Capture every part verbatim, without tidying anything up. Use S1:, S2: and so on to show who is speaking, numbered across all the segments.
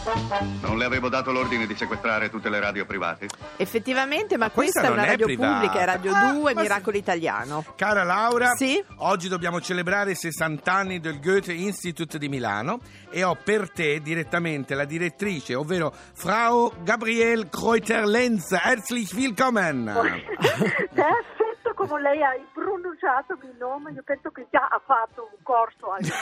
S1: Non le avevo dato l'ordine di sequestrare tutte le radio private?
S2: Effettivamente, ma,
S3: Ma questa
S2: questa è
S3: non
S2: una
S3: è
S2: radio
S3: privata.
S2: pubblica, è Radio
S3: Ah,
S2: due,
S3: ma
S2: Miracolo Italiano.
S3: Cara Laura,
S2: Sì?
S3: oggi dobbiamo celebrare i sessanta anni del Goethe Institut di Milano e ho per te direttamente la direttrice, ovvero Frau Gabriele Kreuter-Lenz. Herzlich willkommen!
S4: Perfetto, come lei ha pronunciato il nome, io penso che già ha fatto un corso anche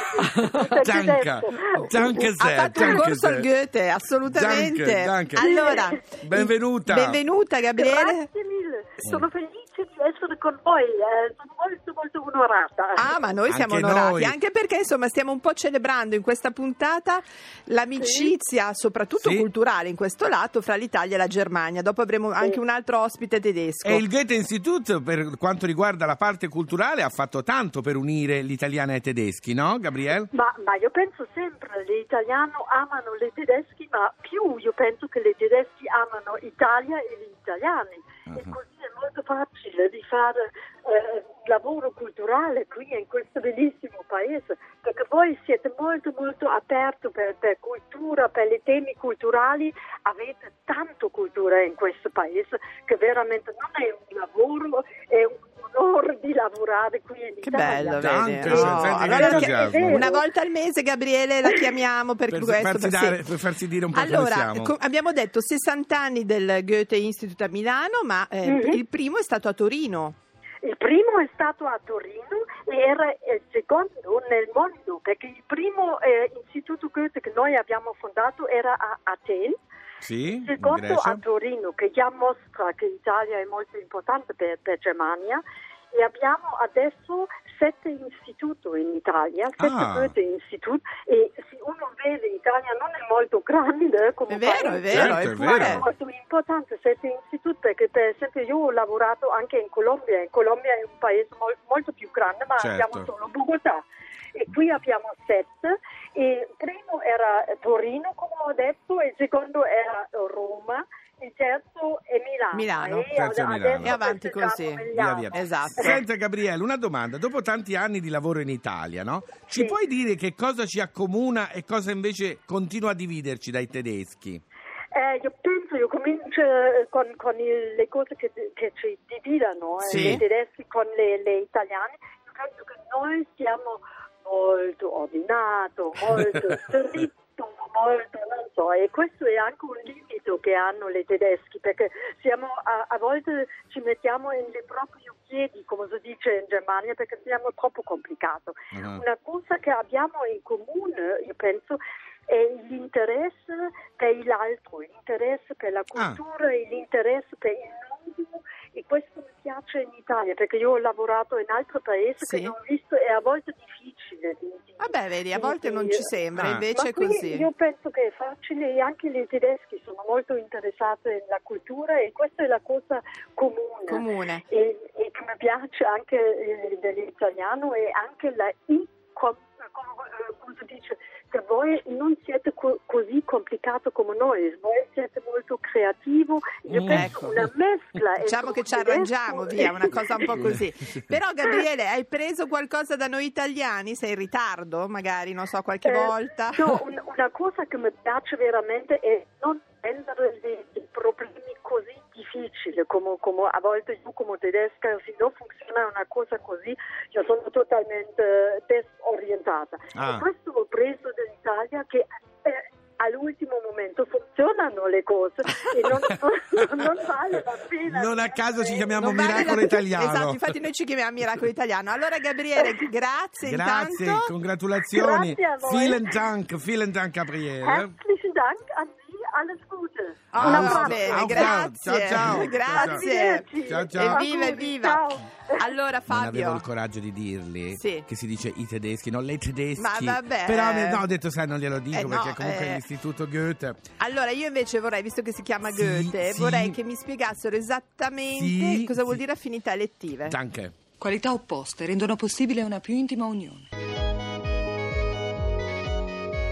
S3: Danke, danke
S2: Ha
S3: sehr,
S2: fatto un
S3: danke
S2: corso al
S3: sehr.
S2: Goethe, assolutamente.
S3: Danke, danke.
S2: Allora,
S3: Benvenuta.
S2: benvenuta Gabriele.
S4: Grazie mille, sono felice di essere con voi, eh, sono molto molto onorata.
S2: Ah, ma noi siamo
S3: Anche
S2: onorati,
S3: noi.
S2: anche perché insomma stiamo un po' celebrando in questa puntata l'amicizia, soprattutto
S3: Sì.
S2: culturale in questo lato, fra l'Italia e la Germania. Dopo avremo anche un altro ospite tedesco.
S3: E il Goethe Institut, per quanto riguarda la parte culturale, ha fatto tanto per unire gli italiani ai tedeschi, no, Gabriele?
S4: Ma, ma io penso sempre, gli italiani amano i tedeschi, ma più io penso che i tedeschi amano Italia e gli italiani. E così è molto facile di fare eh, lavoro culturale qui in questo bellissimo paese, perché voi siete molto molto aperti per, per cultura, per i temi culturali, avete tanto cultura in questo paese che veramente non è un lavoro, è un onore di lavorare qui in
S2: Che
S4: Italia.
S2: bello,
S3: Danke,
S2: vedi?
S3: senti
S2: No,
S3: che
S2: allora,
S3: entusiasmo.
S2: una volta al mese Gabriele la chiamiamo per,
S3: Per
S2: questo.
S3: farsi,
S2: per-
S3: dare,
S2: sì.
S3: per farsi dire un po'
S2: Allora,
S3: come siamo.
S2: co- abbiamo detto sessanta anni del Goethe Institut a Milano, ma eh,
S4: Mhm.
S2: il primo è stato a Torino.
S4: Il primo è stato a Torino e era il secondo nel mondo, perché il primo eh, istituto Goethe che noi abbiamo fondato era a Atene,
S3: Sì,
S4: il
S3: in
S4: secondo
S3: Grecia.
S4: a Torino, che già mostra che l'Italia è molto importante per, per Germania, e abbiamo adesso sette istituti in Italia, sette
S3: Ah.
S4: Goethe Institut, e se uno vede l'Italia non è molto grande come
S2: È vero,
S4: paese,
S2: è vero,
S3: Certo, è
S2: eppure.
S3: vero.
S4: è molto importante sette istituti, perché per esempio io ho lavorato anche in Colombia. In Colombia è un paese mol- molto più grande, ma
S3: Certo.
S4: abbiamo solo Bogotà. E qui abbiamo sette. E il primo era Torino, come ho detto, il secondo era Roma, il terzo è Milano.
S2: Milano.
S4: E
S3: Terzo è
S4: ad-
S3: Milano.
S4: adesso
S2: E avanti
S4: festeggiamo
S2: così.
S4: Milano.
S3: Via, via.
S2: Esatto.
S3: Senta Gabriele, una domanda. Dopo tanti anni di lavoro in Italia, no? Ci
S4: Sì.
S3: puoi dire che cosa ci accomuna e cosa invece continua a dividerci dai tedeschi?
S4: Eh, io penso, io comincio eh, con, con il- le cose che, che ci dividono, eh,
S3: Sì.
S4: i tedeschi con le, le italiane. Io penso che noi siamo molto ordinati, molto stretti, molto, non so, e questo è anche un limite che hanno le tedeschi, perché siamo a, a volte ci mettiamo nei propri piedi, come si dice in Germania, perché siamo troppo complicati.
S3: Ah.
S4: Una cosa che abbiamo in comune, io penso, è l'interesse per l'altro, l'interesse per la cultura e l'interesse per il mondo, e questo mi piace in Italia, perché io ho lavorato in altri paesi
S2: Sì.
S4: che ho visto, è a volte difficile. Di, di,
S2: Vabbè, vedi, a
S4: di-
S2: volte non
S4: di-
S2: ci sembra,
S3: Ah.
S2: invece
S4: ma
S2: è
S4: qui
S2: così.
S4: io penso che è facile, e anche i tedeschi sono molto interessati nella cultura, e questa è la cosa comune.
S2: Comune.
S4: E, e che mi piace anche eh, dell'italiano è anche la i- com- come, eh, come si dice, che voi non siete co- così complicato come noi, voi siete molto creativi, io
S3: Mm,
S4: penso
S2: ecco.
S4: una mescla.
S2: Diciamo
S4: entre
S2: che ci
S4: un
S2: arrangiamo,
S4: tedesco
S2: via,
S4: e-
S2: una cosa un po' così. Però Gabriele, hai preso qualcosa da noi italiani? Sei in ritardo, magari, non so, qualche
S4: Eh,
S2: volta?
S4: No, un- una cosa che mi piace veramente è non prendere dei, dei problemi così difficili, come, come a volte io come tedesca, se non funziona una cosa così, io sono totalmente desorientata.
S3: Ah.
S4: E questo ho preso dall'Italia, che eh, all'ultimo momento funzionano le cose e non, non vale la pena.
S3: Non a caso ci chiamiamo
S2: Non vale
S3: Miracolo
S2: la-
S3: Italiano.
S2: Esatto, infatti noi ci chiamiamo Miracolo Italiano. Allora Gabriele, grazie,
S3: Grazie,
S2: intanto.
S3: congratulazioni.
S4: Grazie a voi.
S3: Vielen Dank, vielen Dank Gabriele.
S4: Herzlichen Dank a Sie, alles Gute.
S2: Ah,
S4: Un
S2: va
S4: abbraccio.
S2: bene,
S3: Ciao,
S2: grazie.
S3: ciao, ciao.
S2: Grazie.
S4: Arrivederci.
S3: Ciao, ciao.
S2: Evviva, evviva.
S4: Ciao.
S2: Allora
S3: Non avevo
S2: Fabio,
S3: il coraggio di dirli
S2: Sì.
S3: che si dice i tedeschi, non le tedeschi.
S2: Ma vabbè.
S3: Però ne- no, ho detto sai non glielo dico
S2: Eh, no,
S3: perché comunque
S2: eh.
S3: è l'Istituto Goethe.
S2: allora io invece vorrei, visto che si chiama
S3: Sì,
S2: Goethe,
S3: sì.
S2: vorrei che mi spiegassero esattamente
S3: Sì,
S2: cosa vuol
S3: sì.
S2: dire affinità elettive.
S3: Danke.
S5: Qualità opposte rendono possibile una più intima unione.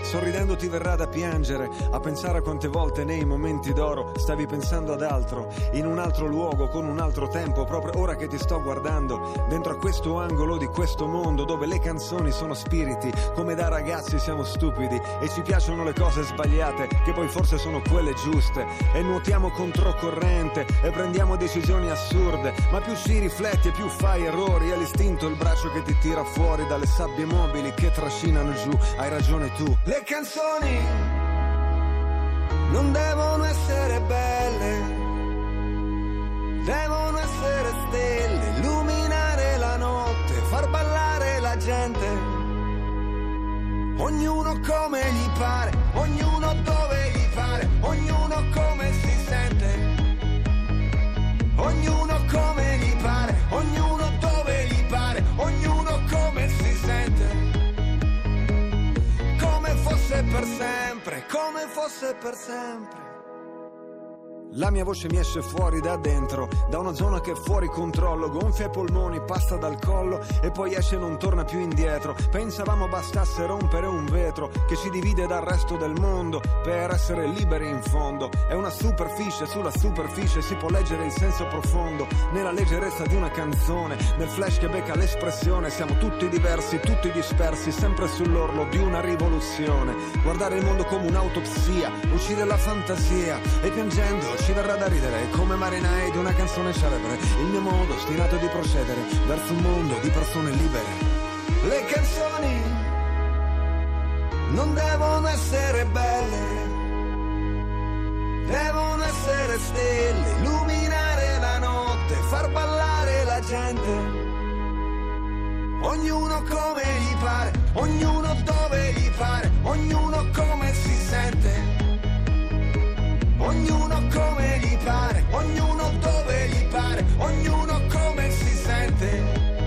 S5: sorridendo ti verrà da piangere, a pensare a quante volte nei momenti d'oro stavi pensando ad altro, in un altro luogo, con un altro tempo, proprio ora che ti sto guardando, dentro a questo angolo di questo mondo dove le canzoni sono spiriti, come da ragazzi siamo stupidi e ci piacciono le cose sbagliate, che poi forse sono quelle giuste, e nuotiamo controcorrente e prendiamo decisioni assurde, ma più ci rifletti e più fai errori, è l'istinto il braccio che ti tira fuori dalle sabbie mobili che trascinano giù, hai ragione tu. Le canzoni non devono essere belle, devono essere stelle, illuminare la notte, far ballare la gente, ognuno come gli pare, ognuno dove gli pare, ognuno come si sente, ognuno come gli pare, ognuno dove gli pare, ognuno come si sente, come fosse per sempre, come fosse per sempre. La mia voce mi esce fuori da dentro, da una zona che è fuori controllo, gonfia i polmoni, passa dal collo e poi esce e non torna più indietro. Pensavamo bastasse rompere un vetro che ci divide dal resto del mondo per essere liberi in fondo. È una superficie, sulla superficie si può leggere il senso profondo, nella leggerezza di una canzone, nel flash che becca l'espressione. Siamo tutti diversi, tutti dispersi, sempre sull'orlo di una rivoluzione. Guardare il mondo come un'autopsia, uscire la fantasia e piangendo ci verrà da ridere, come marinai di una canzone celebre, il mio modo ostinato di procedere verso un mondo di persone libere. Le canzoni non devono essere belle, devono essere stelle, illuminare la notte, far ballare la gente, ognuno come gli pare, ognuno dove gli pare, ognuno come si sente, ognuno come gli pare, ognuno dove gli pare, ognuno come si sente,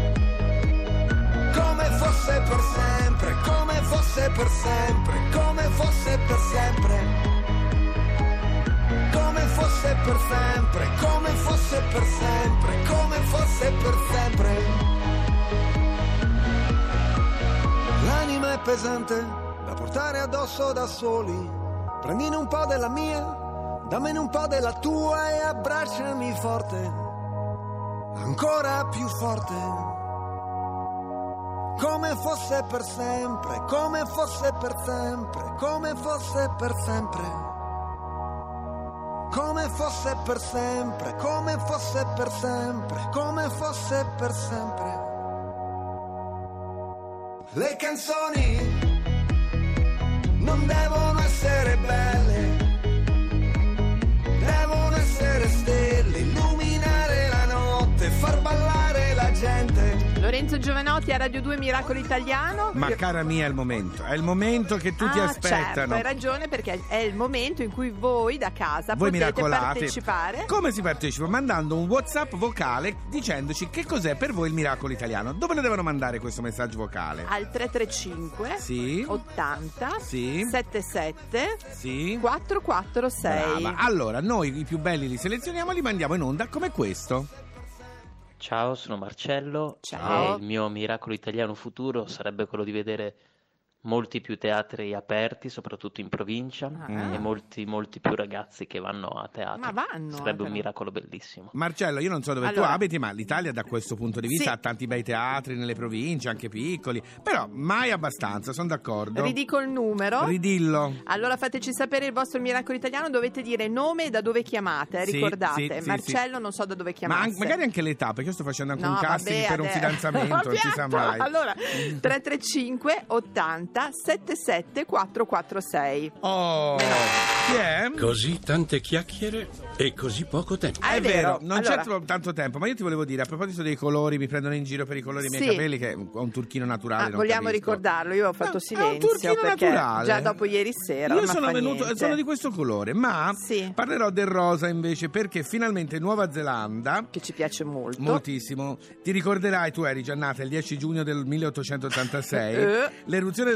S5: come fosse per sempre, come fosse per sempre, come fosse per sempre, come fosse per sempre, come fosse per sempre, come fosse per sempre. L'anima è pesante da portare addosso da soli, prendine un po' della mia, dammene un po' della tua e abbracciami forte, ancora più forte, come fosse per sempre, come fosse per sempre, come fosse per sempre, come fosse per sempre, come fosse per sempre, come fosse per sempre. Le canzoni non devono essere belle, devono essere stelle, illuminare la notte, far ballare la gente.
S2: Lorenzo Giovanotti a Radio due Miracolo Italiano.
S3: Ma
S2: Io...
S3: cara mia, è il momento, è il momento che tutti
S2: ah,
S3: aspettano.
S2: Certo, hai ragione, perché è il momento in cui voi da casa
S3: voi
S2: potete
S3: miracolate.
S2: partecipare.
S3: Come si partecipa? Mandando un WhatsApp vocale dicendoci che cos'è per voi il miracolo italiano. Dove lo devono mandare questo messaggio vocale?
S2: Al tre tre cinque
S3: sì.
S2: ottanta
S3: sì.
S2: settantasette
S3: sì.
S2: quattro quattro sei.
S3: Brava. Allora, noi i più belli li selezioniamo e li mandiamo in onda come questo.
S6: Ciao, sono Marcello.
S2: Ciao.
S6: E il mio miracolo italiano futuro sarebbe quello di vedere molti più teatri aperti, soprattutto in provincia,
S2: ah.
S6: e molti molti più ragazzi che vanno a teatro.
S2: Ma vanno,
S6: sarebbe
S2: però.
S6: un miracolo bellissimo.
S3: Marcello, io non so dove
S2: allora,
S3: tu abiti, ma l'Italia da questo punto di vista
S2: sì.
S3: ha tanti bei teatri nelle province, anche piccoli, però mai abbastanza, sono d'accordo.
S2: Ridico il numero.
S3: Ridillo.
S2: Allora fateci sapere il vostro miracolo italiano, dovete dire nome e da dove chiamate, eh,
S3: Sì,
S2: ricordate.
S3: sì, sì,
S2: Marcello
S3: sì.
S2: non so da dove
S3: Ma
S2: chiamasse.
S3: an- magari anche l'età, perché io sto facendo anche
S2: no,
S3: un casting
S2: vabbè,
S3: per un
S2: adè-
S3: fidanzamento, non si sa mai.
S2: Allora, tre tre cinque ottanta settantasette quattro quattro sei.
S3: Oh, chi è?
S7: Così tante chiacchiere e così poco tempo.
S2: Ah,
S3: è,
S2: è
S3: vero,
S2: vero.
S3: non
S2: Allora-
S3: c'è tro- tanto tempo, ma io ti volevo dire, a proposito dei colori, mi prendono in giro per i colori dei miei
S2: Sì.
S3: capelli, che ho un turchino naturale.
S2: Ah,
S3: non
S2: vogliamo
S3: capisco.
S2: ricordarlo, io ho fatto
S3: No, è un
S2: silenzio
S3: turchino
S2: perché
S3: naturale.
S2: già dopo ieri sera
S3: Io
S2: non
S3: sono
S2: fa
S3: venuto,
S2: niente.
S3: sono di questo colore, ma
S2: Sì.
S3: parlerò del rosa invece, perché finalmente in Nuova Zelanda,
S2: che ci piace molto.
S3: moltissimo, ti ricorderai, tu eri già nata il dieci giugno del milleottocentottantasei,
S2: Eh.
S3: l'eruzione del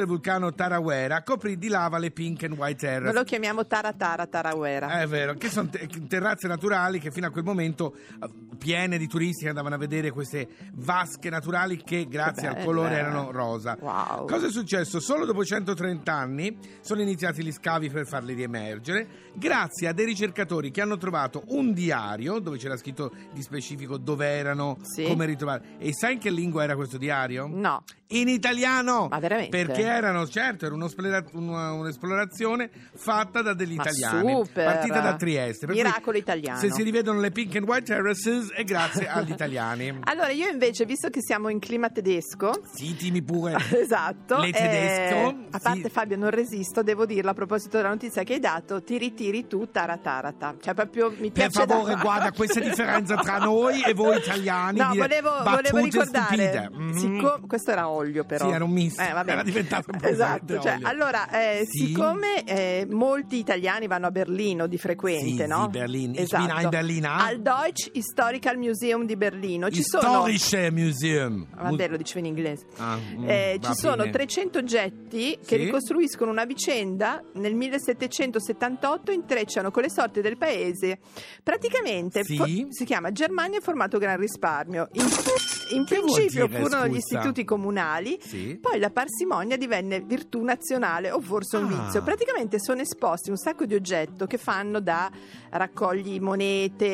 S3: vulcano Tarawera coprì di lava le Pink and White
S2: Noi
S3: Terrace.
S2: lo chiamiamo Taratara Tarawera.
S3: È vero, che sono te- terrazze naturali che fino a quel momento eh, piene di turisti che andavano a vedere queste vasche naturali che grazie
S2: Che
S3: al
S2: belle.
S3: colore erano rosa.
S2: Wow.
S3: Cosa è successo? Solo dopo centotrenta anni sono iniziati gli scavi per farli riemergere, grazie a dei ricercatori che hanno trovato un diario dove c'era scritto di specifico dove erano,
S2: Sì.
S3: come ritrovare. E sai in che lingua era questo diario?
S2: No.
S3: In italiano!
S2: Ma veramente?
S3: Perché erano, certo, era un'esplora- una- un'esplorazione fatta da degli
S2: Ma
S3: italiani,
S2: super.
S3: partita da Trieste. Per cui
S2: Miracolo italiano.
S3: Se si rivedono le Pink and White Terraces è grazie agli italiani.
S2: Allora, io invece, visto che siamo in clima tedesco,
S3: Sì, dimmi pure.
S2: esatto,
S3: Le tedesco,
S2: eh, a parte
S3: sì.
S2: Fabio, non resisto, devo dirlo a proposito della notizia che hai dato, ti ritiri tu taratarata. Cioè, proprio mi
S3: Per
S2: piace
S3: favore,
S2: da...
S3: guarda questa differenza tra noi e voi italiani.
S2: No,
S3: di
S2: volevo,
S3: battute
S2: volevo ricordare,
S3: stupide. Mhm.
S2: siccome, questo era olio però.
S3: Sì, era un misto,
S2: Eh, vabbè.
S3: era diventato un po'
S2: Esatto,
S3: verde
S2: cioè,
S3: olio.
S2: allora, eh,
S3: Sì.
S2: siccome eh, molti italiani vanno a Berlino di frequente,
S3: Sì,
S2: no?
S3: sì, Berlino. Ich
S2: Esatto.
S3: bin ein Berliner.
S2: Al Deutsch Historical Museum di Berlino ci sono...
S3: Historische Museum.
S2: Vabbè, lo dicevo in inglese.
S3: Ah, mm,
S2: Eh,
S3: va
S2: ci sono
S3: bene.
S2: trecento oggetti che
S3: Sì.
S2: ricostruiscono una vicenda nel millesettecentosettantotto, intrecciano con le sorti del paese. Praticamente
S3: Sì.
S2: fo- si chiama Germania formato gran risparmio. In, in
S3: Che vuol
S2: principio
S3: dire,
S2: furono gli
S3: scusa?
S2: istituti comunali,
S3: Sì.
S2: poi la parsimonia divenne virtù nazionale o forse un
S3: Ah.
S2: vizio. Praticamente sono esposti un sacco di oggetti che fanno da raccogli monete,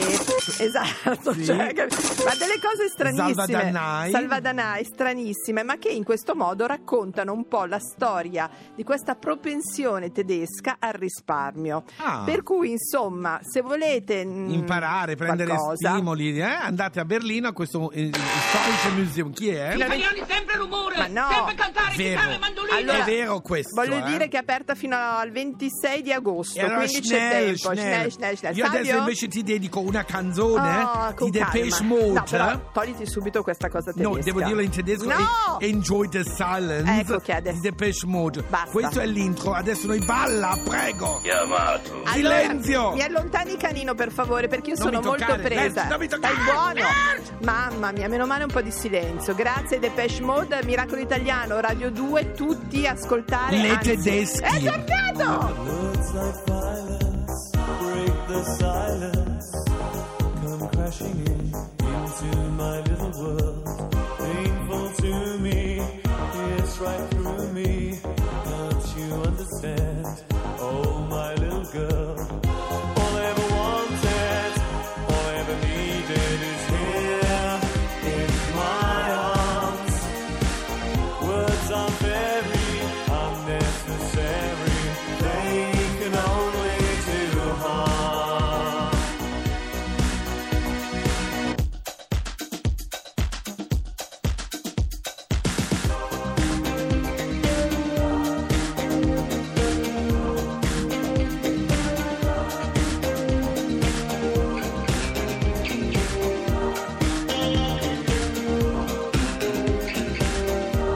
S2: esatto,
S3: Sì.
S2: cioè, ma delle cose stranissime,
S3: Salvadanai.
S2: salvadanai stranissime, ma che in questo modo raccontano un po' la storia di questa propensione tedesca al risparmio.
S3: Ah.
S2: Per cui, insomma, se volete mh,
S3: Imparare, prendere
S2: qualcosa,
S3: stimoli, eh? Andate a Berlino a questo eh, Historische Museum. Chi è?
S8: Italiani sempre rumore,
S2: Ma no.
S8: sempre cantare,
S3: Vero.
S8: chitarra, mandolino.
S2: Allora,
S3: è vero questo.
S2: voglio
S3: eh?
S2: dire che è aperta fino al ventisei di agosto,
S3: E allora
S2: quindi c'è
S3: schnell,
S2: tempo.
S3: schnell.
S2: Schnell, schnell, schnell.
S3: Io adesso
S2: Fabio?
S3: invece ti dedico una canzone
S2: Oh, con
S3: di Depeche
S2: calma.
S3: Mode.
S2: No, però togliti subito questa cosa tedesca.
S3: No, devo dirlo in tedesco.
S2: No!
S3: E- Enjoy the Silence
S2: Ecco che adesso-
S3: di Depeche Mode.
S2: Basta.
S3: Questo è l'intro. Adesso noi balla, prego.
S1: Chiamato.
S2: Allora,
S3: Silenzio!
S2: mi allontani canino per favore, perché io
S3: Non
S2: sono
S3: mi
S2: molto
S3: toccare,
S2: presa.
S3: Lerch, non mi toccare!
S2: Stai buono? Mamma mia, meno male un po' di silenzio. Grazie Depeche Mode, Miracolo Italiano, Radio due, tutti ascoltare.
S3: Le
S2: anzi-
S3: tedeschi.
S2: È tornato!
S9: Words like violence break the silence, come crashing in into my little world. Painful to me, it's right through me. Don't you understand? Oh, my little girl. All I ever wanted, all I ever needed is here in my arms. Words are very unnecessary. They can only do harm.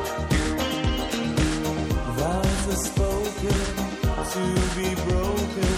S9: Vows are spoken to be broken.